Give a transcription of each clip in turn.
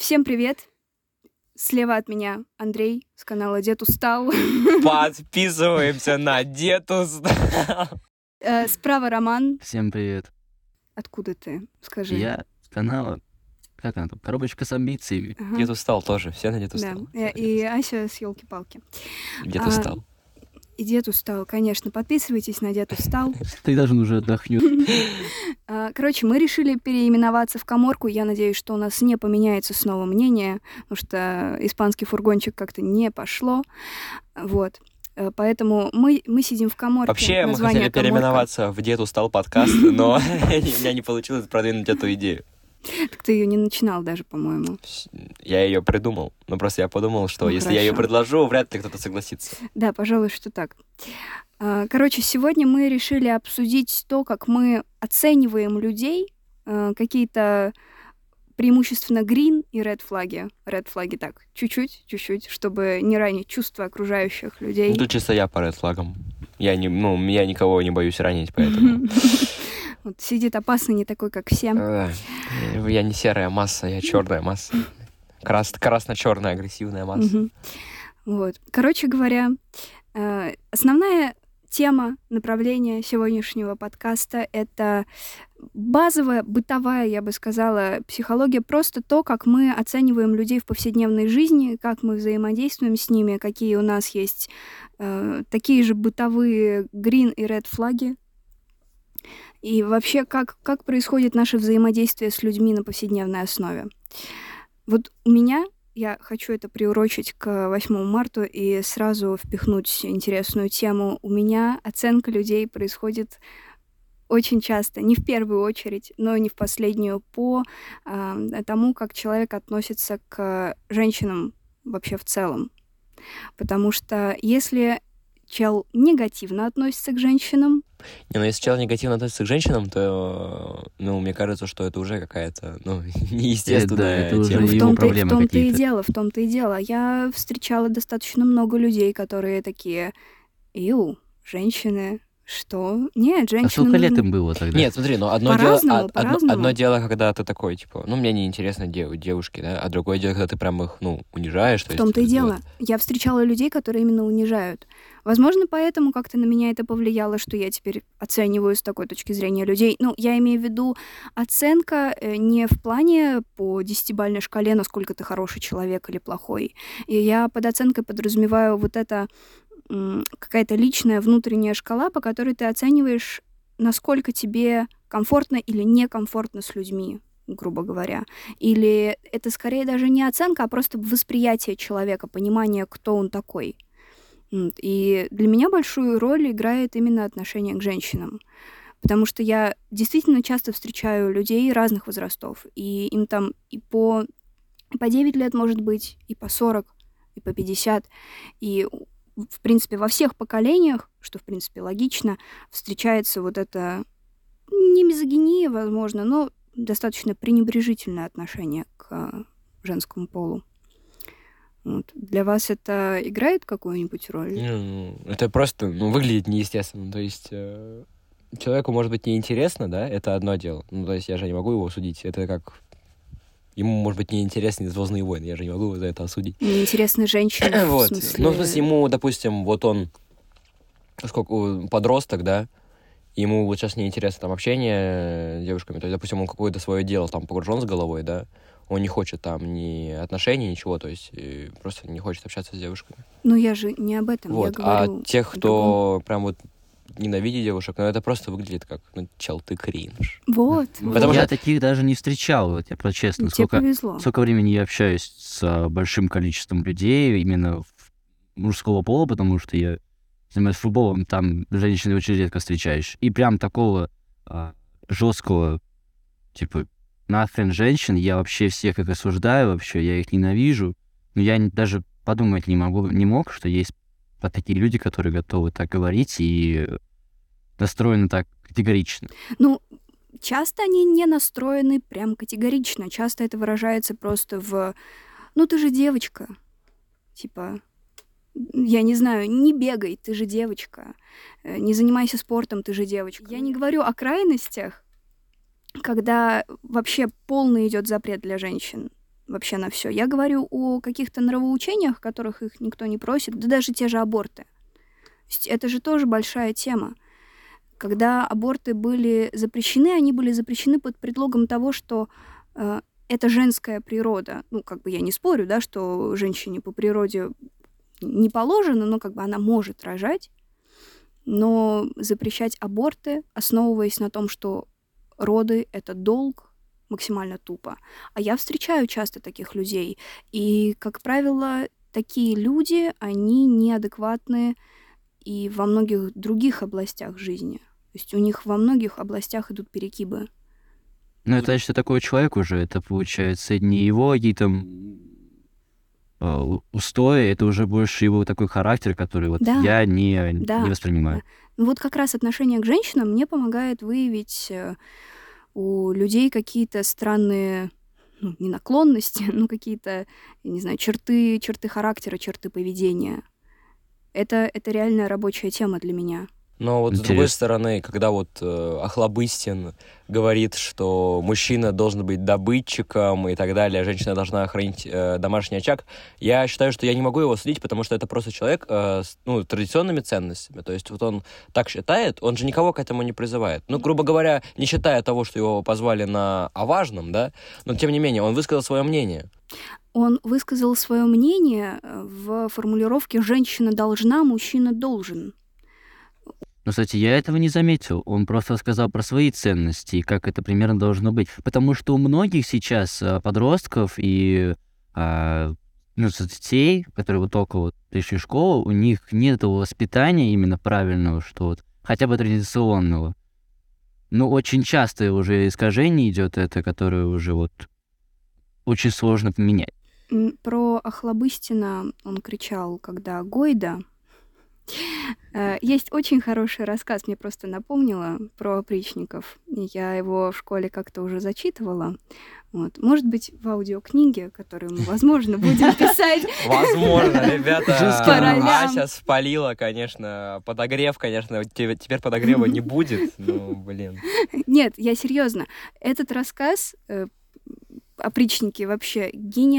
Всем привет! Слева от меня Андрей с канала Дед Устал. Подписываемся на Дед Устал. Справа Роман. Всем привет. Откуда ты? Скажи. Я с канала, как она там, коробочка с амбициями. Ага. Дед Устал тоже, все на Дед Да. Устал. И Ася с елки-палки. Дед Устал. И Дед Устал, конечно. Подписывайтесь на Дед Устал. Ты даже уже отдохнет. Короче, мы решили переименоваться в Каморку. Я надеюсь, что у нас не поменяется снова мнение, потому что испанский фургончик как-то не пошло. Вот. Поэтому мы сидим в Каморке. Вообще, мы Название хотели Каморка. переименоваться в Дед Устал подкаст, но у меня не получилось продвинуть эту идею. Так ты ее не начинал даже, по-моему. Я ее придумал. Но просто я подумал, что Ну, если я ее хорошо. предложу, вряд ли кто-то согласится. Да, пожалуй, что так. Короче, сегодня мы решили обсудить то, как мы оцениваем людей, какие-то преимущественно green и red флаги. Red флаги так, чуть-чуть, чтобы не ранить чувства окружающих людей. Ну, тут чисто я по ред-флагам. Я никого не боюсь ранить, поэтому... Вот сидит опасный, не такой, как все. Я не серая масса, я черная масса. Красно-черная агрессивная масса. Мгм. Вот. Короче говоря, основная тема, направление сегодняшнего подкаста — это базовая, бытовая, я бы сказала, психология, просто то, как мы оцениваем людей в повседневной жизни, как мы взаимодействуем с ними, какие у нас есть такие же бытовые green и red флаги. И вообще, как происходит наше взаимодействие с людьми на повседневной основе. Вот у меня, я хочу это приурочить к 8 марта и сразу впихнуть интересную тему. У меня оценка людей происходит очень часто, не в первую очередь, но и не в последнюю, по тому, как человек относится к женщинам вообще в целом. Потому что если чел негативно относится к женщинам, Не, ну если человек негативно относится к женщинам, то, мне кажется, что это уже какая-то, неестественная это уже тема. в его том-то проблемы и какие-то. дело, в том-то и дело. Я встречала достаточно много людей, которые такие: женщины, что? Нет, А женщины сколько лет нужны». им было тогда? Нет, смотри, но одно По-разному, по-разному. одно дело, когда ты такой, типа, мне не интересно девушки, да, а другое дело, когда ты прям их, унижаешь. В том-то и дело. Я встречала людей, которые именно унижают. Возможно, поэтому как-то на меня это повлияло, что я теперь оцениваю с такой точки зрения людей. Я имею в виду оценка не в плане по 10-бальной шкале, насколько ты хороший человек или плохой. И я под оценкой подразумеваю вот это какая-то личная внутренняя шкала, по которой ты оцениваешь, насколько тебе комфортно или некомфортно с людьми, грубо говоря. Или это скорее даже не оценка, а просто восприятие человека, понимание, кто он такой. И для меня большую роль играет именно отношение к женщинам. Потому что я действительно часто встречаю людей разных возрастов. И им там и по 9 лет, может быть, и по 40, и по 50. И, в принципе, во всех поколениях, что, в принципе, логично, встречается вот это не мизогиния, возможно, но достаточно пренебрежительное отношение к женскому полу. Вот. Для вас это играет какую-нибудь роль? Это просто, выглядит неестественно. То есть человеку может быть неинтересно, да, это одно дело. То есть я же не могу его судить. Это как... Ему, может быть, неинтересны «Звездные войны», я же не могу его за это осудить. Неинтересны женщины, в Вот. смысле... В смысле, ему, допустим, вот он подросток, да, ему вот сейчас неинтересно там общение с девушками, то есть, допустим, он какое-то свое дело там погружен с головой, да, он не хочет там ни отношений, ничего, то есть просто не хочет общаться с девушками. Я же не об этом, Вот. я говорю А тех, о кто прям вот ненавидит девушек, это просто выглядит как, чел, ты кринж. другом. Вот. Потому Я что- таких даже не встречал, вот я просто честно. Тебе повезло. Сколько времени я общаюсь с большим количеством людей именно мужского пола, потому что я занимаюсь футболом, там женщины очень редко встречаешь. И прям такого жесткого, типа, нахрен женщин, я вообще всех их осуждаю, вообще, я их ненавижу. Но я даже подумать не мог, что есть такие люди, которые готовы так говорить и настроены так категорично. Часто они не настроены прям категорично. Часто это выражается просто в ты же девочка. Типа, я не знаю, не бегай, ты же девочка. Не занимайся спортом, ты же девочка. Я не говорю о крайностях, когда вообще полный идет запрет для женщин. вообще на все. Я говорю о каких-то нравоучениях, которых их никто не просит, да даже те же аборты. То есть это же тоже большая тема. Когда аборты были запрещены, они были запрещены под предлогом того, что это женская природа. Ну, как бы я не спорю, да, что женщине по природе не положено, но как бы она может рожать. Но запрещать аборты, основываясь на том, что роды — это долг, максимально тупо. А я встречаю часто таких людей. И, как правило, такие люди, они неадекватны и во многих других областях жизни. То есть у них во многих областях идут перекибы. Ну, это значит, что такой человек уже, это получается не его какие-то устои, это уже больше его такой характер, который вот Да, я не да, воспринимаю. да. Ну вот как раз отношение к женщинам мне помогает выявить у людей какие-то странные, ну, не наклонности, но какие-то, я не знаю, черты характера, черты поведения. Это реальная рабочая тема для меня. Но вот с другой Интересно. стороны, когда вот Охлобыстин говорит, что мужчина должен быть добытчиком и так далее, женщина должна хранить домашний очаг, я считаю, что я не могу его судить, потому что это просто человек с традиционными ценностями. То есть вот он так считает, он же никого к этому не призывает. Ну, грубо говоря, не считая того, что его позвали о важном, да, но тем не менее он высказал свое мнение. Он высказал свое мнение в формулировке «женщина должна, мужчина должен». Но, кстати, я этого не заметил. Он просто рассказал про свои ценности и как это примерно должно быть. Потому что у многих сейчас подростков и детей, которые вот только вот пришли в школу, у них нет этого воспитания именно правильного, что вот хотя бы традиционного. Но очень часто уже искажение идет это, которое уже вот очень сложно поменять. Про Охлобыстина он кричал, когда Гойда. Есть очень хороший рассказ, мне просто напомнило, про опричников. Я его в школе как-то уже зачитывала. Вот. Может быть, в аудиокниге, которую мы, возможно, будем писать. Возможно, ребята. По ролям. Ася спалила, конечно. Подогрев, конечно. Теперь подогрева не будет. Ну, блин. Нет, я серьезно. Этот рассказ «Опричники» вообще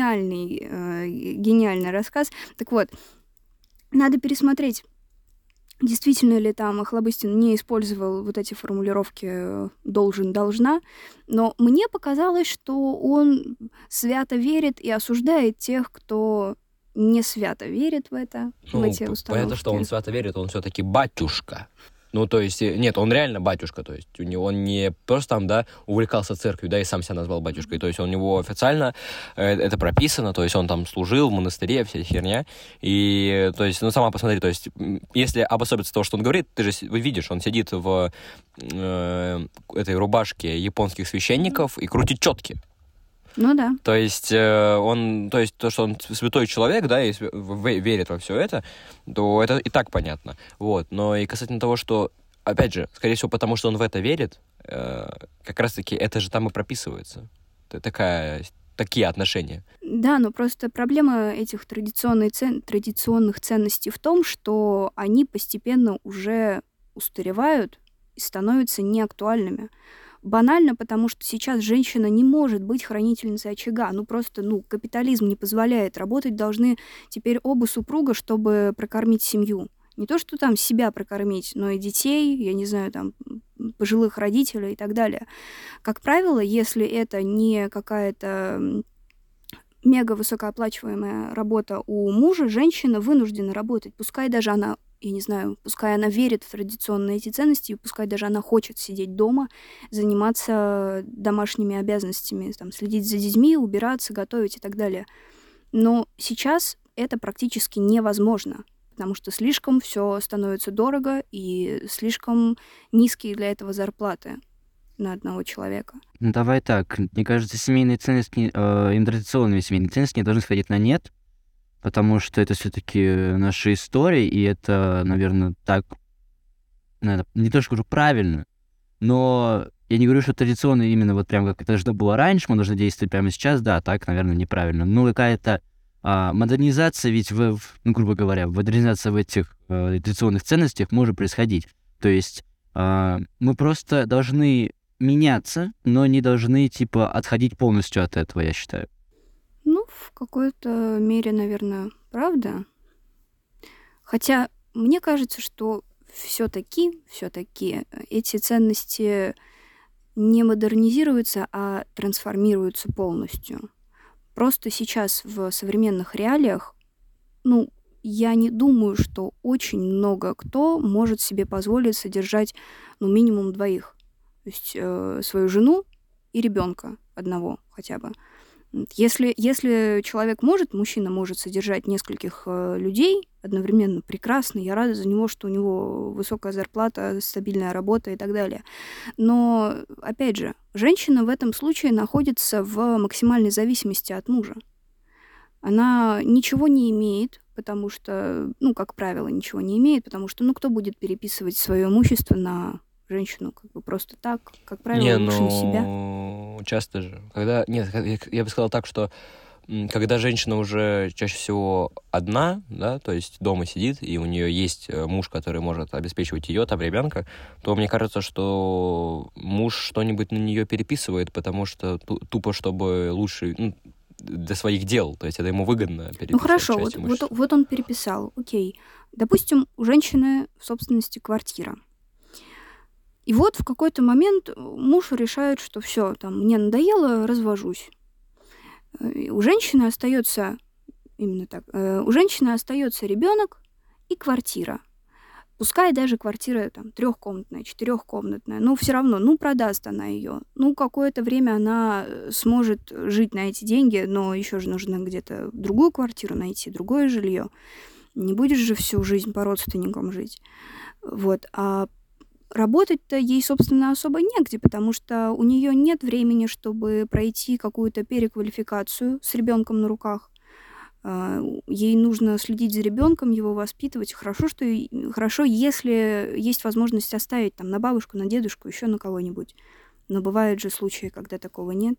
гениальный рассказ. Так вот, надо пересмотреть, действительно ли там Охлобыстин не использовал вот эти формулировки «должен», «должна», но мне показалось, что он свято верит и осуждает тех, кто не свято верит в это, в эти установки. Понятно, что он свято верит, он все-таки батюшка. Ну, то есть, нет, он реально батюшка, то есть у него он не просто там, да, увлекался церковью, да, и сам себя назвал батюшкой, то есть у него официально это прописано, то есть он там служил в монастыре, вся херня, и, то есть, ну, сама посмотри, то есть, если обособиться того, что он говорит, ты же видишь, он сидит в этой рубашке японских священников и крутит четки. Ну да. То есть то, что он святой человек, да, и верит во все это, то это и так понятно. Вот. Но и касательно того, что, опять же, скорее всего, потому что он в это верит, как раз-таки это же там и прописывается. Такие отношения. Да, но просто проблема этих традиционных ценностей в том, что они постепенно уже устаревают и становятся неактуальными. Банально, потому что сейчас женщина не может быть хранительницей очага. Просто капитализм не позволяет. Работать должны теперь оба супруга, чтобы прокормить семью. Не то, что там себя прокормить, но и детей, я не знаю, там, пожилых родителей и так далее. Как правило, если это не какая-то мега высокооплачиваемая работа у мужа, женщина вынуждена работать. Пускай даже она, я не знаю, пускай она верит в традиционные эти ценности, пускай даже она хочет сидеть дома, заниматься домашними обязанностями, там, следить за детьми, убираться, готовить и так далее. Но сейчас это практически невозможно, потому что слишком все становится дорого и слишком низкие для этого зарплаты на одного человека. Ну, давай так. Мне кажется, семейные ценности, традиционные семейные ценности не должны сходить на нет, потому что это все-таки наша история, и это, наверное, так, не то, что скажу правильно, но я не говорю, что традиционно именно вот прям как это должно было раньше, мы должны действовать прямо сейчас, да, так, наверное, неправильно. Но какая-то модернизация, ведь, грубо говоря, модернизация в этих традиционных ценностях может происходить. То есть мы просто должны меняться, но не должны, отходить полностью от этого, я считаю. в какой-то мере, наверное, правда. Хотя мне кажется, что все-таки эти ценности не модернизируются, а трансформируются полностью. Просто сейчас в современных реалиях, ну, я не думаю, что очень много кто может себе позволить содержать, ну, минимум двоих. То есть свою жену и ребенка одного хотя бы. Если человек может, мужчина может содержать нескольких людей одновременно, прекрасно, я рада за него, что у него высокая зарплата, стабильная работа и так далее. Но, опять же, женщина в этом случае находится в максимальной зависимости от мужа. Она ничего не имеет, потому что, ну, как правило, ничего не имеет, потому что, ну, кто будет переписывать свое имущество на женщину как бы просто так, как правило, лучше на себя. Ну, часто же. Нет, я бы сказал так, что когда женщина уже чаще всего одна, да, то есть дома сидит, и у нее есть муж, который может обеспечивать ее, там, ребенка, то мне кажется, что муж что-нибудь на нее переписывает, потому что тупо, чтобы лучше, ну, для своих дел, то есть это ему выгодно переписывать. Ну хорошо, часть имущества. вот он переписал, окей. Допустим, у женщины в собственности квартира. И вот в какой-то момент муж решает, что все, там, мне надоело, развожусь. У женщины остается именно так. У женщины остается ребенок и квартира. Пускай даже квартира там 3-комнатная, 4-комнатная, но все равно, ну, продаст она ее. Ну, какое-то время она сможет жить на эти деньги, но еще же нужно где-то другую квартиру найти, другое жилье. Не будешь же всю жизнь по родственникам жить. Вот. А работать-то ей, собственно, особо негде, потому что у нее нет времени, чтобы пройти какую-то переквалификацию с ребенком на руках. Ей нужно следить за ребенком, его воспитывать. Хорошо, если есть возможность оставить там на бабушку, на дедушку, еще на кого-нибудь. Но бывают же случаи, когда такого нет.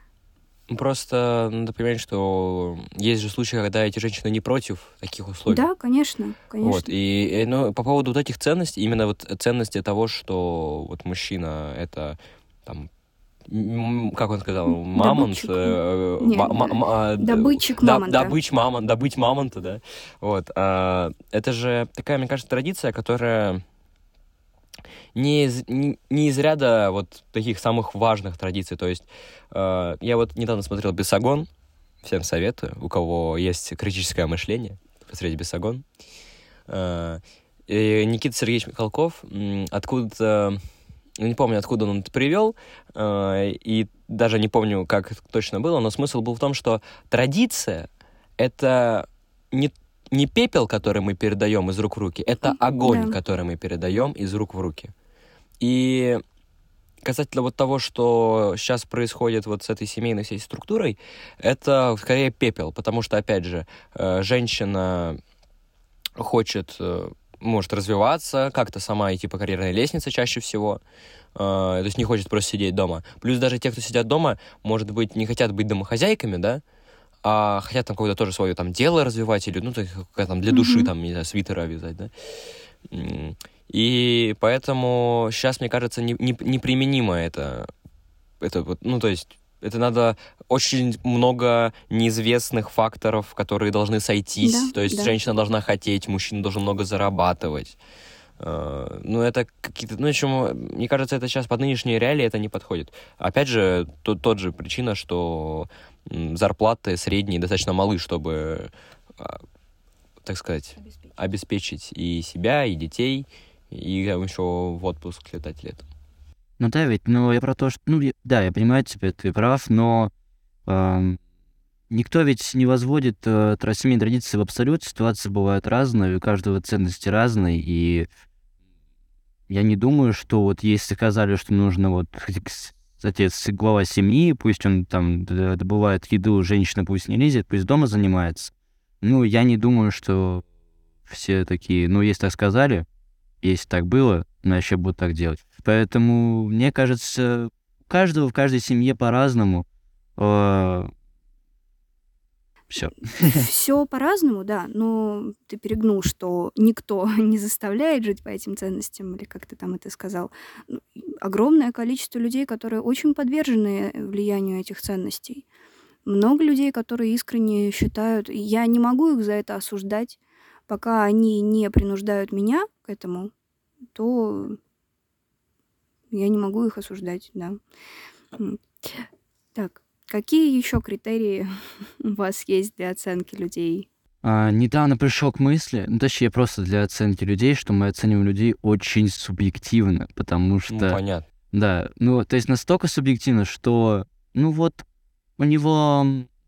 Просто надо понимать, что есть же случаи, когда эти женщины не против таких условий. Да, конечно. Вот, и ну, по поводу вот этих ценностей, именно вот ценности того, что вот мужчина — это, там, как он сказал, мамонт, добытчик мамонта. Добыть мамонта, да. Вот, это же такая, мне кажется, традиция, которая не из ряда вот таких самых важных традиций. То есть я вот недавно смотрел «Бесогон», всем советую, у кого есть критическое мышление, посмотрите «Бесогон». И Никита Сергеевич Михалков откуда-то, не помню, откуда он это привел, и даже не помню, как это точно было, но смысл был в том, что традиция — это не пепел, который мы передаем из рук в руки, это огонь, который мы передаем из рук в руки. И касательно вот того, что сейчас происходит вот с этой семейной всей структурой, это скорее пепел, потому что, опять же, женщина может развиваться, как-то сама идти по карьерной лестнице чаще всего, то есть не хочет просто сидеть дома. Плюс даже те, кто сидят дома, может быть, не хотят быть домохозяйками, да, а хотят там какое-то тоже свое там дело развивать, или, ну, там для души, там, не знаю, свитеры вязать, да. И поэтому сейчас, мне кажется, неприменимо это вот, ну, то есть это надо очень много неизвестных факторов, которые должны сойтись. Да, то есть женщина должна хотеть, мужчина должен много зарабатывать. Ну, это какие-то... Ну, еще, мне кажется, это сейчас под нынешние реалии это не подходит. Опять же, тот же причина, что зарплаты средние достаточно малы, чтобы, так сказать, обеспечить и себя, и детей, и еще в отпуск летать летом. Ну да, ведь, я про то, что... я понимаю тебя, ты прав, но никто ведь не возводит семейные традиции в абсолют, ситуации бывают разные, у каждого ценности разные, и я не думаю, что вот если сказали, что нужно вот отец, глава семьи, пусть он там добывает еду, женщина пусть не лезет, пусть дома занимается. Я не думаю, что все такие, если так сказали, если так было, еще будут так делать. Поэтому, мне кажется, в каждой семье по-разному. Все. Все по-разному, да, но ты перегнул, что никто не заставляет жить по этим ценностям, или как ты там это сказал. Огромное количество людей, которые очень подвержены влиянию этих ценностей. Много людей, которые искренне считают, я не могу их за это осуждать, пока они не принуждают меня к этому, то я не могу их осуждать, да. Так, какие еще критерии у вас есть для оценки людей? Недавно пришел к мысли, точнее, просто для оценки людей, что мы оцениваем людей очень субъективно, потому что... понятно. Да, то есть настолько субъективно, что, вот, у него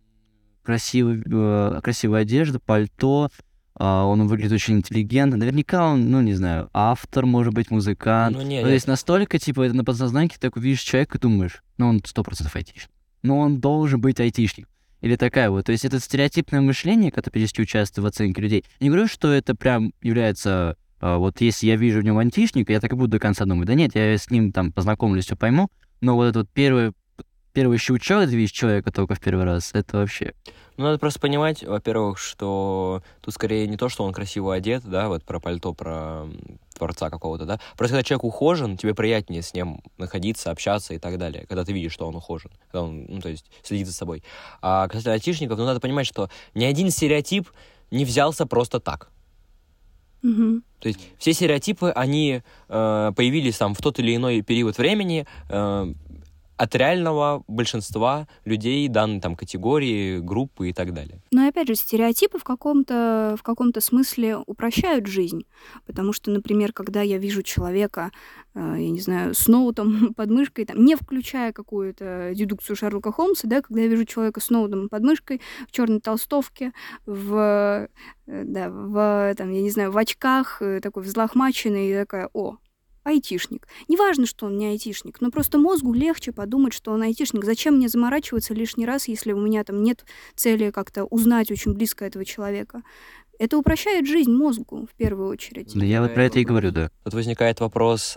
красивая одежда, пальто, он выглядит очень интеллигентно. Наверняка он, не знаю, автор, может быть, музыкант. То есть настолько, это на подсознании ты так увидишь человека и думаешь, он 100% айтишник. Он должен быть айтишник. Или такая вот. То есть это стереотипное мышление, которое периодически участвует в оценке людей. Я не говорю, что это прям является... Вот если я вижу в нем айтишника, я так и буду до конца думать. Да нет, я с ним там познакомлюсь, все пойму. Но вот этот первый щелчок, ты видишь человека только в первый раз, это вообще... Надо просто понимать, во-первых, что тут скорее не то, что он красиво одет, да, вот про пальто, про творца какого-то, да. Просто когда человек ухожен, тебе приятнее с ним находиться, общаться и так далее, когда ты видишь, что он ухожен, когда он, то есть, следит за собой. А касательно айтишников, надо понимать, что ни один стереотип не взялся просто так. Угу. То есть все стереотипы, они появились там в тот или иной период времени, от реального большинства людей данной там категории, группы и так далее. Но опять же, стереотипы в каком-то смысле упрощают жизнь. Потому что, например, когда я вижу человека, я не знаю, с ноутом под мышкой, там, не включая какую-то дедукцию Шерлока Холмса, да, когда я вижу человека с ноутом под мышкой, в черной толстовке, в там, я не знаю, в очках, такой взлохмаченный, и такая, айтишник. Неважно, что он не айтишник, но просто мозгу легче подумать, что он айтишник. Зачем мне заморачиваться лишний раз, если у меня там нет цели как-то узнать очень близко этого человека? Это упрощает жизнь мозгу, в первую очередь. Да, я вот про это и говорю, да. Тут возникает вопрос,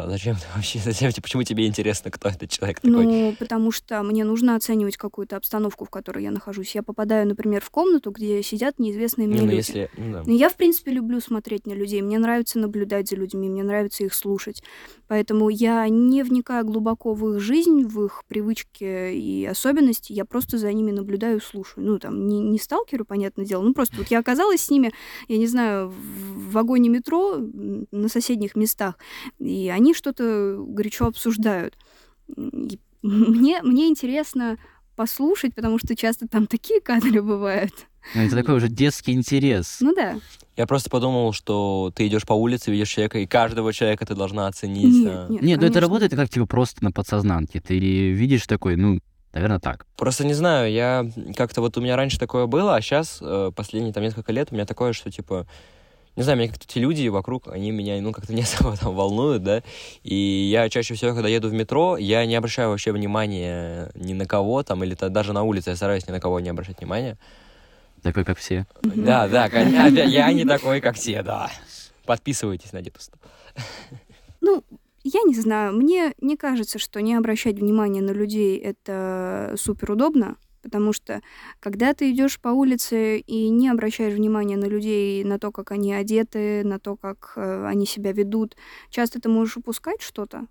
почему тебе интересно, кто этот человек такой? Потому что мне нужно оценивать какую-то обстановку, в которой я нахожусь. Я попадаю, например, в комнату, где сидят неизвестные мне люди. Я, в принципе, люблю смотреть на людей. Мне нравится наблюдать за людьми, мне нравится их слушать. Поэтому я не вникаю глубоко в их жизнь, в их привычки и особенности. Я просто за ними наблюдаю и слушаю. Не сталкеру, понятное дело. Просто вот я оказалась с ними, я не знаю, в вагоне метро на соседних местах, и они что-то горячо обсуждают. И мне интересно послушать, потому что часто там такие кадры бывают. Это такой уже детский интерес. Да. Я просто подумал, что ты идешь по улице, видишь человека, и каждого человека ты должна оценить. Нет, это работает как просто на подсознанке. Ты видишь такой, наверное, так. Просто не знаю, я как-то у меня раньше такое было, а сейчас, последние несколько лет, у меня такое, что, не знаю, меня как-то эти люди вокруг, они меня, как-то не особо там волнуют, да, и я чаще всего, когда еду в метро, я не обращаю вообще внимания ни на кого там, или даже на улице я стараюсь ни на кого не обращать внимания. Такой, как все. Да, я не такой, как все, да. Подписывайтесь на Дедуста. Я не знаю, мне не кажется, что не обращать внимания на людей — это супер удобно, потому что когда ты идешь по улице и не обращаешь внимания на людей, на то, как они одеты, на то, как они себя ведут, часто ты можешь упускать что-то,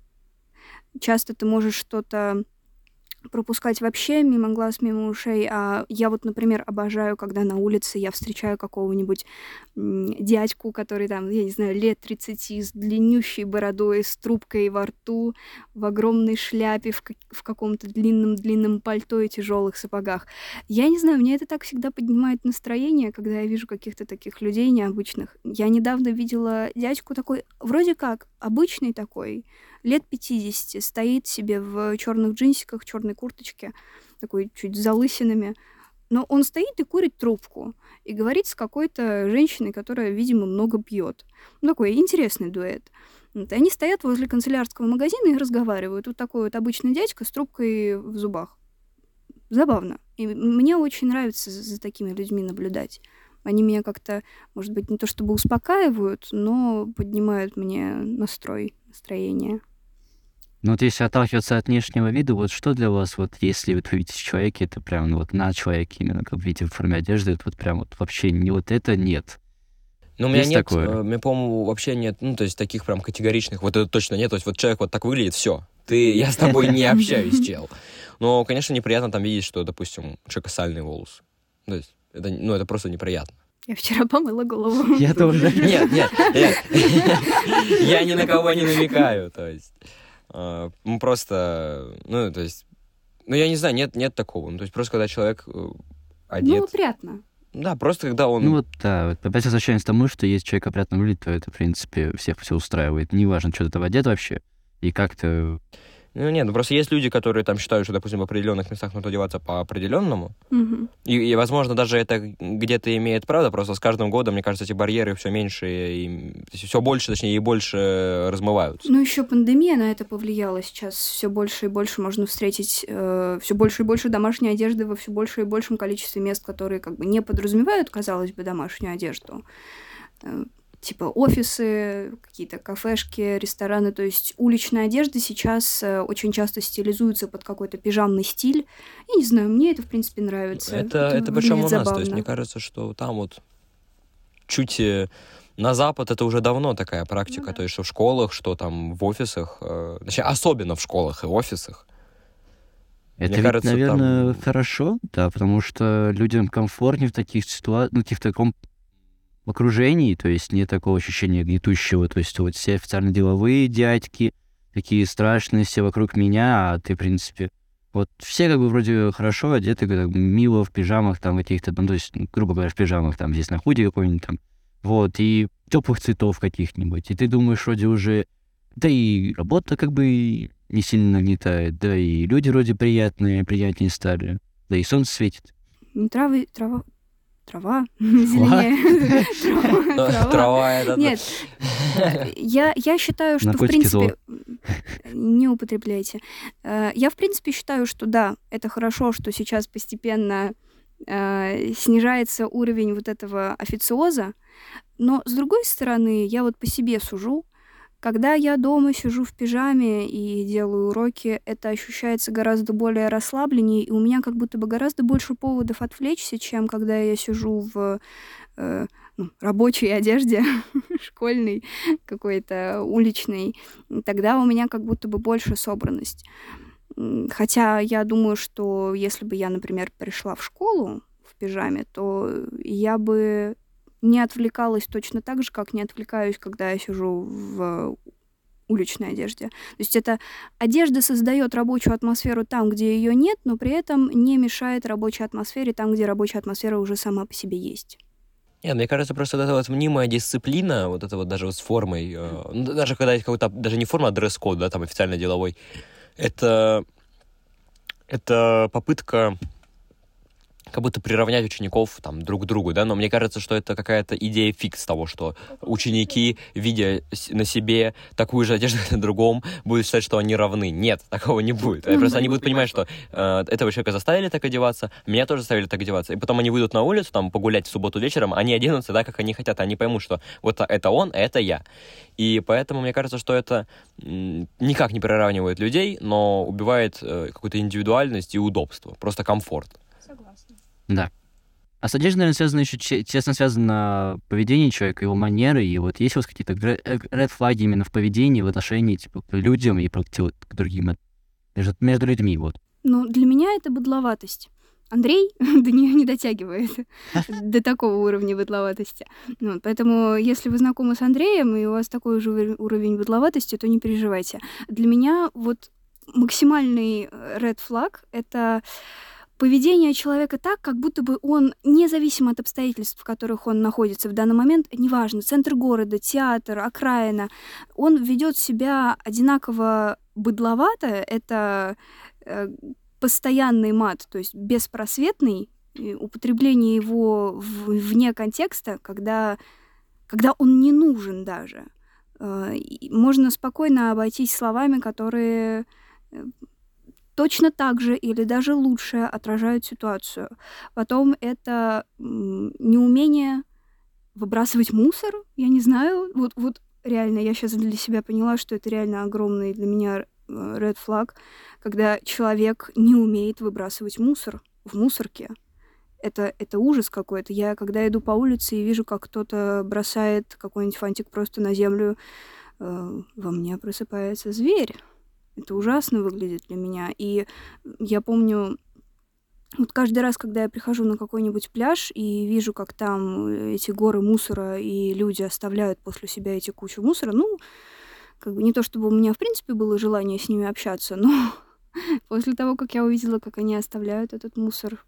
часто ты можешь что-то пропускать вообще мимо глаз, мимо ушей. А я например, обожаю, когда на улице я встречаю какого-нибудь дядьку, который там, я не знаю, лет 30, с длиннющей бородой, с трубкой во рту, в огромной шляпе, в каком-то длинном пальто и тяжелых сапогах. Я не знаю, мне это так всегда поднимает настроение, когда я вижу каких-то таких людей необычных. Я недавно видела дядьку такой, вроде как, обычный такой, лет 50, стоит себе в черных джинсиках, черной курточке, такой чуть с залысинами. Но он стоит и курит трубку и говорит с какой-то женщиной, которая, видимо, много пьет. Такой интересный дуэт. Они стоят возле канцелярского магазина и разговаривают. Вот такой обычный дядька с трубкой в зубах. Забавно. И мне очень нравится за такими людьми наблюдать. Они меня как-то, может быть, не то чтобы успокаивают, но поднимают мне настроение. Если отталкиваться от внешнего вида, что для вас, если вы видите человека, это прям на человеке, именно как видите в форме одежды, это прям вообще не это нет. У меня нет, такое? У меня, по-моему, вообще нет, то есть таких прям категоричных, это точно нет, то есть человек так выглядит, все, я с тобой не общаюсь, чел. Но, конечно, неприятно там видеть, что, допустим, у человека сальные волосы. То есть это просто неприятно. Я вчера помыла голову. Я тоже. Нет. Я ни на кого не намекаю, то есть. Просто, то есть, я не знаю, нет такого. То есть просто когда человек одет... опрятно. Да, просто когда он... Опять возвращаемся к тому, что если человек опрятно выглядит, то это, в принципе, всех все устраивает. Неважно, что ты там одет вообще, и как-то... просто есть люди, которые там считают, что, допустим, в определенных местах нужно одеваться по-определенному. Угу. И, возможно, даже это где-то имеет правда, просто с каждым годом, мне кажется, эти барьеры все меньше, и все больше, точнее, и больше размываются. Еще пандемия на это повлияла. Сейчас все больше и больше можно встретить все больше и больше домашней одежды во все больше и большем количестве мест, которые как бы не подразумевают, казалось бы, домашнюю одежду. Типа офисы, какие-то кафешки, рестораны. То есть уличная одежда сейчас очень часто стилизуется под какой-то пижамный стиль. Я не знаю, мне это, в принципе, нравится. Это причем у нас. Забавно. То есть мне кажется, что там вот чуть на Запад это уже давно такая практика. То есть что в школах, что там в офисах. Точнее, особенно в школах и офисах. Это мне ведь, кажется, наверное, там... хорошо, да, потому что людям комфортнее в таких ситуациях, в таком окружении, то есть нет такого ощущения гнетущего, то есть вот все официально деловые дядьки, такие страшные все вокруг меня, а ты, в принципе, вот все как бы вроде хорошо одеты, как мило в пижамах там каких-то, то есть, грубо говоря, в пижамах там здесь на худи какой-нибудь там, вот, и теплых цветов каких-нибудь, и ты думаешь вроде уже, да и работа как бы не сильно нагнетает, да и люди вроде приятнее стали, да и солнце светит. Трава зеленее. Трава это... Нет, я считаю, что, в принципе, не употребляйте. Я, в принципе, считаю, что да, это хорошо, что сейчас постепенно снижается уровень вот этого официоза, но, с другой стороны, я вот по себе сужу. Когда я дома сижу в пижаме и делаю уроки, это ощущается гораздо более расслабленнее, и у меня как будто бы гораздо больше поводов отвлечься, чем когда я сижу в рабочей одежде, школьной, какой-то уличной. Тогда у меня как будто бы больше собранность. Хотя я думаю, что если бы я, например, пришла в школу в пижаме, то я бы не отвлекалась точно так же, как не отвлекаюсь, когда я сижу в уличной одежде. То есть эта одежда создает рабочую атмосферу там, где ее нет, но при этом не мешает рабочей атмосфере там, где рабочая атмосфера уже сама по себе есть. Нет, мне кажется, просто эта вот мнимая дисциплина, вот это вот даже вот с формой, даже когда есть какой-то, даже не форма, а дресс-код, да, там официально деловой, это попытка как будто приравнять учеников там друг к другу, да, но мне кажется, что это какая-то идея фикс того, что ученики, видя на себе такую же одежду, как на другом, будут считать, что они равны. Нет, такого не будет. Просто они будут понимать, что этого человека заставили так одеваться, меня тоже заставили так одеваться, и потом они выйдут на улицу, там, погулять в субботу вечером, они оденутся, да, как они хотят, они поймут, что вот это он, а это я. И поэтому мне кажется, что это никак не приравнивает людей, но убивает какую-то индивидуальность и удобство, просто комфорт. Да. А с одеждой, наверное, связано еще, честно, связано поведение человека, его манеры, и вот есть у вас какие-то ред-флаги именно в поведении, в отношении, типа, к людям и к другим, между людьми, вот. Ну, для меня это быдловатость. Андрей до нее не дотягивает, до такого уровня быдловатости. Поэтому, если вы знакомы с Андреем, и у вас такой же уровень быдловатости, то не переживайте. Для меня вот максимальный red flag — это поведение человека так, как будто бы он, независимо от обстоятельств, в которых он находится в данный момент, неважно, центр города, театр, окраина, он ведет себя одинаково быдловато, это постоянный мат, то есть беспросветный, употребление его вне контекста, когда он не нужен даже. Можно спокойно обойтись словами, которые точно так же или даже лучше отражают ситуацию. Потом это неумение выбрасывать мусор, я не знаю. Вот реально, я сейчас для себя поняла, что это реально огромный для меня red flag, когда человек не умеет выбрасывать мусор в мусорке. Это ужас какой-то. Я, когда иду по улице и вижу, как кто-то бросает какой-нибудь фантик просто на землю, во мне просыпается зверь. Это ужасно выглядит для меня. И я помню, вот каждый раз, когда я прихожу на какой-нибудь пляж и вижу, как там эти горы мусора, и люди оставляют после себя эти кучу мусора, ну, как бы не то чтобы у меня, в принципе, было желание с ними общаться, но после того, как я увидела, как они оставляют этот мусор.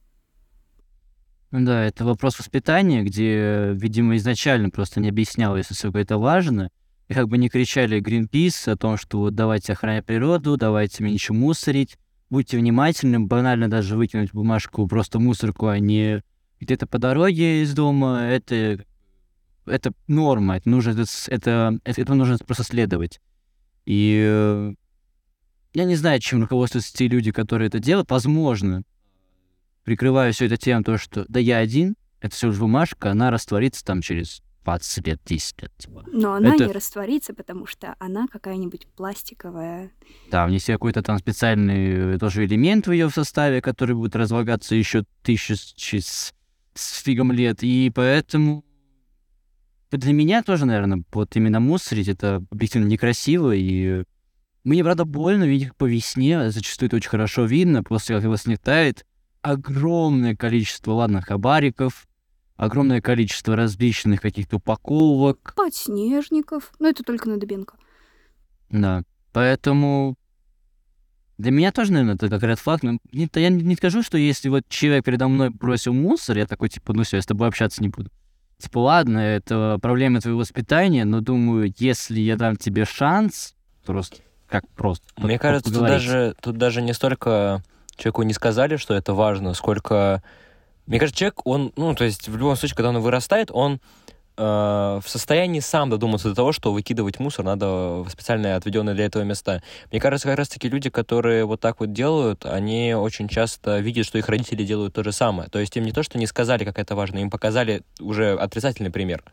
Да, это вопрос воспитания, где, видимо, изначально просто не объяснялось, насколько это важно. И как бы не кричали Greenpeace о том, что вот давайте охранять природу, давайте меньше мусорить, будьте внимательны, банально даже выкинуть бумажку просто в мусорку, а не где-то по дороге из дома, это норма, это нужно, это нужно просто следовать. И я не знаю, чем руководствуются те люди, которые это делают. Возможно, прикрываю все это тем, то, что да я один, это всего лишь бумажка, она растворится там через 20 лет, 10 лет. Типа. Но она Это- не растворится, потому что она какая-нибудь пластиковая. Да, внести какой-то там специальный тоже элемент в ее составе, который будет разлагаться еще тысячи с фигом лет. И поэтому для меня тоже, наверное, вот именно мусорить это объективно некрасиво. И мне, правда, больно видеть как по весне. Зачастую это очень хорошо видно. После как его снетает огромное количество, ладно, хабариков, огромное количество различных каких-то упаковок. Подснежников. Ну, это только на Дыбенко. Да, поэтому для меня тоже, наверное, это как red flag. Но я не скажу, что если вот человек передо мной бросил мусор, я такой, типа, ну все, я с тобой общаться не буду. Типа, ладно, это проблема твоего воспитания, но думаю, если я дам тебе шанс, просто Мне кажется, тут даже не столько человеку не сказали, что это важно, сколько... Мне кажется, человек, он, ну, то есть в любом случае, когда он вырастает, он в состоянии сам додуматься до того, что выкидывать мусор надо в специально отведенные для этого места. Мне кажется, как раз-таки люди, которые вот так вот делают, они очень часто видят, что их родители делают то же самое. То есть им не то, что не сказали, как это важно, им показали уже отрицательный пример.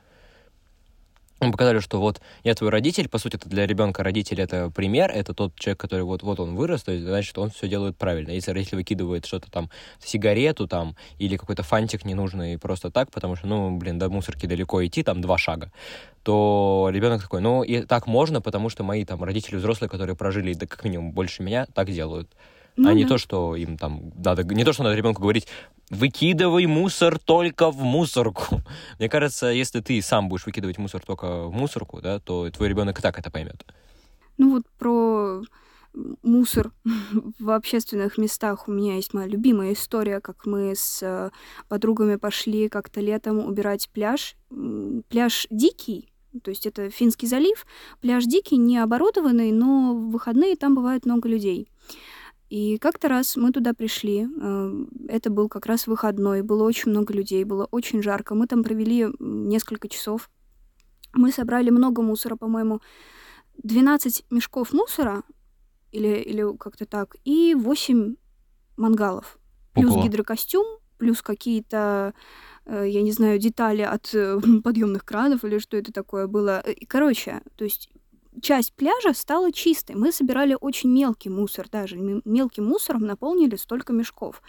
Им показали, что вот я твой родитель, по сути, это для ребенка родитель это пример, это тот человек, который вот он вырос, то есть, значит, он все делает правильно. Если родитель выкидывает что-то там, сигарету там, или какой-то фантик ненужный просто так, потому что, ну, блин, до мусорки далеко идти, там 2 шага, то ребенок такой, ну, и так можно, потому что мои там родители взрослые, которые прожили, да, как минимум, больше меня, так делают. Ну, Не да. то, что им там надо, не то, что надо ребенку говорить, выкидывай мусор только в мусорку. Мне кажется, если ты сам будешь выкидывать мусор только в мусорку, да, то твой ребенок и так это поймет. Ну вот про мусор в общественных местах у меня есть моя любимая история, как мы с подругами пошли как-то летом убирать пляж. Пляж дикий, то есть это Финский залив. Пляж дикий, не оборудованный, но в выходные там бывает много людей. И как-то раз мы туда пришли, это был как раз выходной, было очень много людей, было очень жарко. Мы там провели несколько часов. Мы собрали много мусора, по-моему, 12 мешков мусора, или как-то так, и 8 мангалов. Плюс Ого. гидрокостюм, плюс какие-то, я не знаю, детали от подъемных кранов или что это такое было. И, короче, то есть часть пляжа стала чистой. Мы собирали очень мелкий мусор, даже мелким мусором наполнили столько мешков.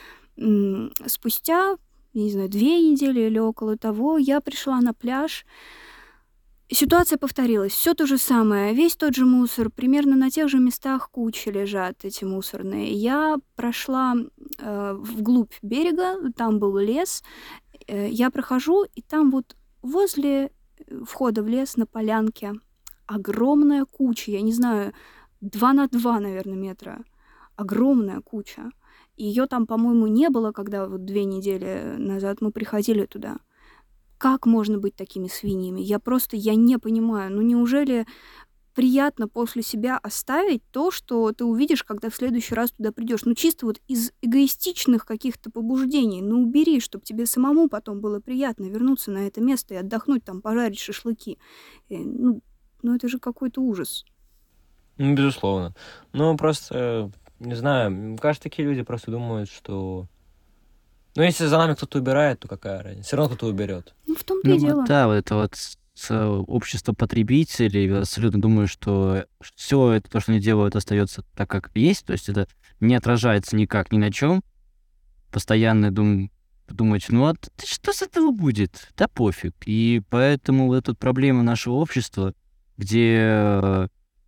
Спустя, я не знаю, 2 недели или около того, я пришла на пляж. Ситуация повторилась. Все то же самое. Весь тот же мусор. Примерно на тех же местах кучи лежат эти мусорные. Я прошла вглубь берега, там был лес. Я прохожу, и там вот возле входа в лес на полянке огромная куча, я не знаю, 2 на 2, наверное, метра. Огромная куча. Ее там, по-моему, не было, когда вот 2 недели назад мы приходили туда. Как можно быть такими свиньями? Я не понимаю. Ну, неужели приятно после себя оставить то, что ты увидишь, когда в следующий раз туда придешь? Ну, чисто вот из эгоистичных каких-то побуждений. Ну, убери, чтобы тебе самому потом было приятно вернуться на это место и отдохнуть, там, пожарить шашлыки. Ну, это же какой-то ужас. Ну, безусловно. Ну, просто, не знаю, мне кажется, такие люди просто думают, что... Ну, если за нами кто-то убирает, то какая разница? Все равно кто-то уберет. Ну, в том-то и дело. Да, вот это вот общество потребителей, я абсолютно думаю, что все это, то, что они делают, остается так, как есть, то есть это не отражается никак ни на чем. Постоянно думать, ну а что с этого будет? Да пофиг. И поэтому вот эта проблема нашего общества, где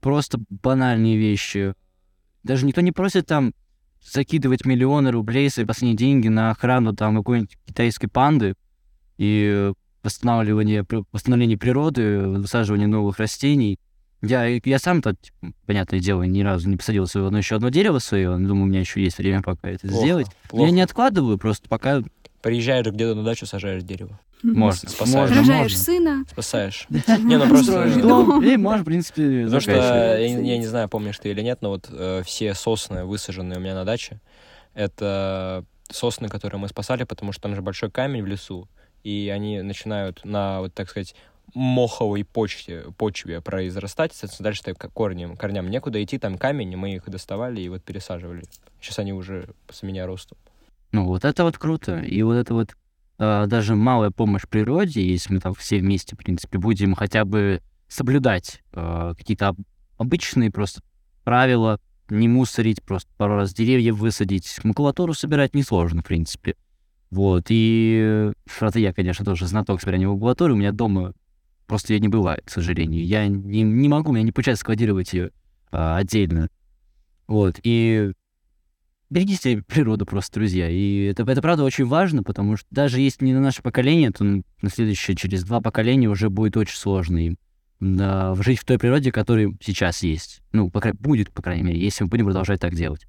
просто банальные вещи. Даже никто не просит там закидывать миллионы рублей, свои последние деньги на охрану там какой-нибудь китайской панды и восстановление природы, высаживание новых растений. Я сам-то, понятное дело, ни разу не посадил еще одно дерево свое. Думаю, у меня еще есть время пока это сделать. Но я не откладываю, просто пока... Приезжаешь где-то на дачу, сажаешь дерево. Можно. Спасаешь. Рожаешь сына. Спасаешь. Не, ну просто... И можешь, в принципе, Потому что, я не знаю, помнишь ты или нет, но вот все сосны, высаженные у меня на даче, это сосны, которые мы спасали, потому что там же большой камень в лесу, и они начинают на, вот так сказать, моховой почве произрастать, соответственно, дальше корням некуда идти, там камень, и мы их доставали и вот пересаживали. Сейчас они уже с меня ростом. Ну, вот это вот круто. И вот это вот даже малая помощь природе, если мы там все вместе, в принципе, будем хотя бы соблюдать какие-то обычные просто правила, не мусорить, просто пару раз деревья высадить, макулатуру собирать несложно, в принципе. Вот, и правда, я, конечно, тоже знаток собирания макулатуры, у меня дома просто ее не бывает, к сожалению. Я не могу, у меня не получается складировать ее отдельно. Вот, и берегите природу просто, друзья. И это правда очень важно, потому что даже если не на наше поколение, то на следующее, через 2 поколения уже будет очень сложно им жить в той природе, которая сейчас есть. Ну, будет, по крайней мере, если мы будем продолжать так делать.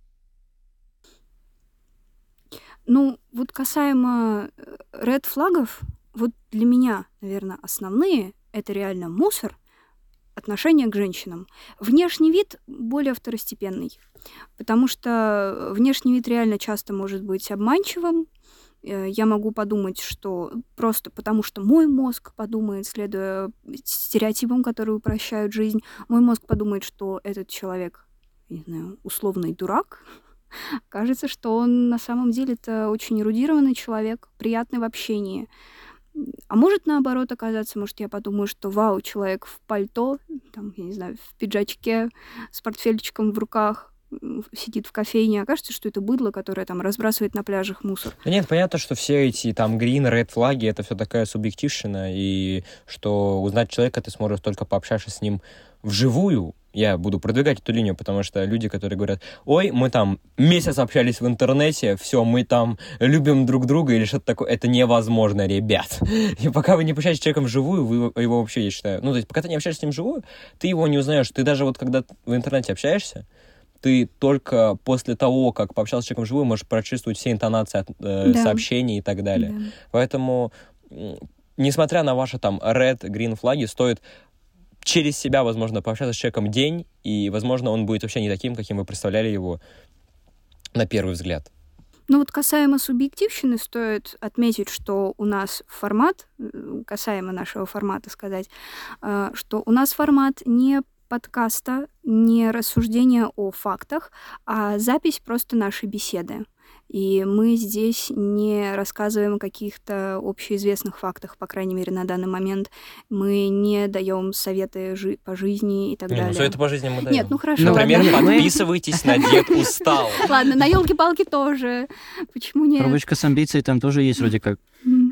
Ну, вот касаемо ред-флагов, вот для меня, наверное, основные — это реально мусор, отношение к женщинам. Внешний вид более второстепенный, потому что внешний вид реально часто может быть обманчивым. Я могу подумать, что просто потому, что мой мозг подумает, следуя стереотипам, которые упрощают жизнь, мой мозг подумает, что этот человек, не знаю, условный дурак. Кажется, что он на самом деле-то очень эрудированный человек, приятный в общении. А может, наоборот, оказаться, может, я подумаю, что вау, человек в пальто, там, я не знаю, в пиджачке, с портфельчиком в руках, сидит в кофейне, окажется, что это быдло, которое там разбрасывает на пляжах мусор. Да нет, понятно, что все эти там green, red флаги, это все такая субъективщина, и что узнать человека ты сможешь только пообщавшись с ним вживую. Я буду продвигать эту линию, потому что люди, которые говорят, ой, мы там месяц общались в интернете, все, мы там любим друг друга или что-то такое, это невозможно, ребят. И пока вы не общаетесь с человеком вживую, вы его вообще, я считаю, ну, то есть, пока ты не общаешься с ним вживую, ты его не узнаешь. Ты даже вот, когда в интернете общаешься, ты только после того, как пообщался с человеком вживую, можешь прочувствовать все интонации сообщений и так далее. Да. Поэтому, несмотря на ваши там red, green флаги, стоит через себя, возможно, пообщаться с человеком день, и, возможно, он будет вообще не таким, каким вы представляли его на первый взгляд. Ну вот касаемо субъективщины, стоит отметить, что у нас формат, касаемо нашего формата сказать, что у нас формат не подкаста, не рассуждения о фактах, а запись просто нашей беседы. И мы здесь не рассказываем о каких-то общеизвестных фактах, по крайней мере, на данный момент. Мы не даем советы по жизни и так далее. Ну, советы по жизни мы даем. Нет, ну хорошо. Например, подписывайтесь на Дед Устал. Ладно, на елки-палки тоже. Почему нет? Коробочка с амбицией там тоже есть вроде как.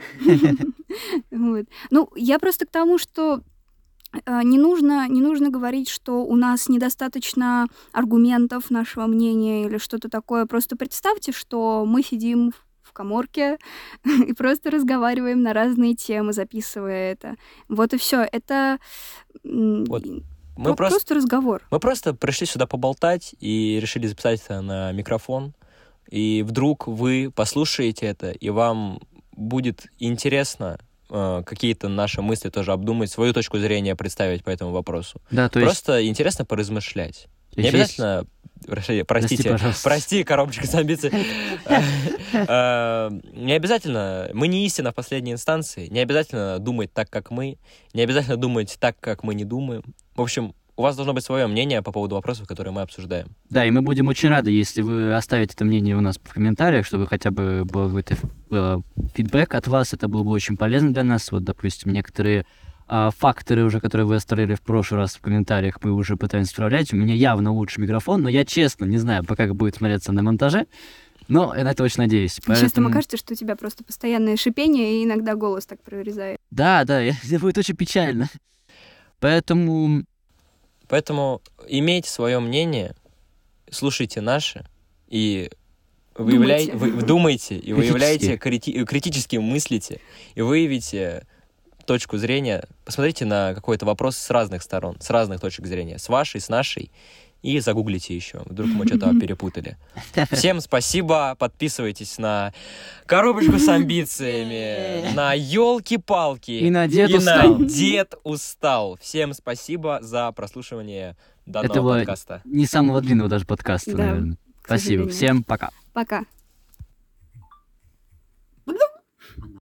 Ну, я просто к тому, что не нужно говорить, что у нас недостаточно аргументов, нашего мнения или что-то такое. Просто представьте, что мы сидим в каморке и просто разговариваем на разные темы, записывая это. Вот и все. Это вот. просто разговор. Мы просто пришли сюда поболтать и решили записать это на микрофон. И вдруг вы послушаете это, и вам будет интересно какие-то наши мысли тоже обдумать, свою точку зрения представить по этому вопросу. Да, то просто есть... интересно поразмышлять. Не обязательно... Прости, коробочка с амбицией. Не обязательно... Мы не истина в последней инстанции. Не обязательно думать так, как мы. Не обязательно думать так, как мы не думаем. В общем, у вас должно быть свое мнение по поводу вопросов, которые мы обсуждаем. Да, и мы будем очень рады, если вы оставите это мнение у нас в комментариях, чтобы хотя бы был какой-то фидбэк от вас. Это было бы очень полезно для нас. Вот, допустим, некоторые факторы уже, которые вы оставили в прошлый раз в комментариях, мы уже пытаемся исправлять. У меня явно лучше микрофон, но я честно не знаю, пока как будет смотреться на монтаже. Но я на это очень надеюсь. Честно, мне кажется, что у тебя просто постоянное шипение, и иногда голос так прорезает. Да, это будет очень печально. Поэтому... Поэтому имейте свое мнение, слушайте наше и думайте, и выявляйте, критически мыслите, и выявите точку зрения, посмотрите на какой-то вопрос с разных сторон, с разных точек зрения, с вашей, с нашей, и загуглите еще, вдруг мы что-то перепутали. Всем спасибо, подписывайтесь на коробочку с амбициями, на елки-палки И на Дед устал. Всем спасибо за прослушивание данного Этого подкаста. не самого длинного даже подкаста, Да, наверное. к Спасибо. сожалению. Всем пока. Пока.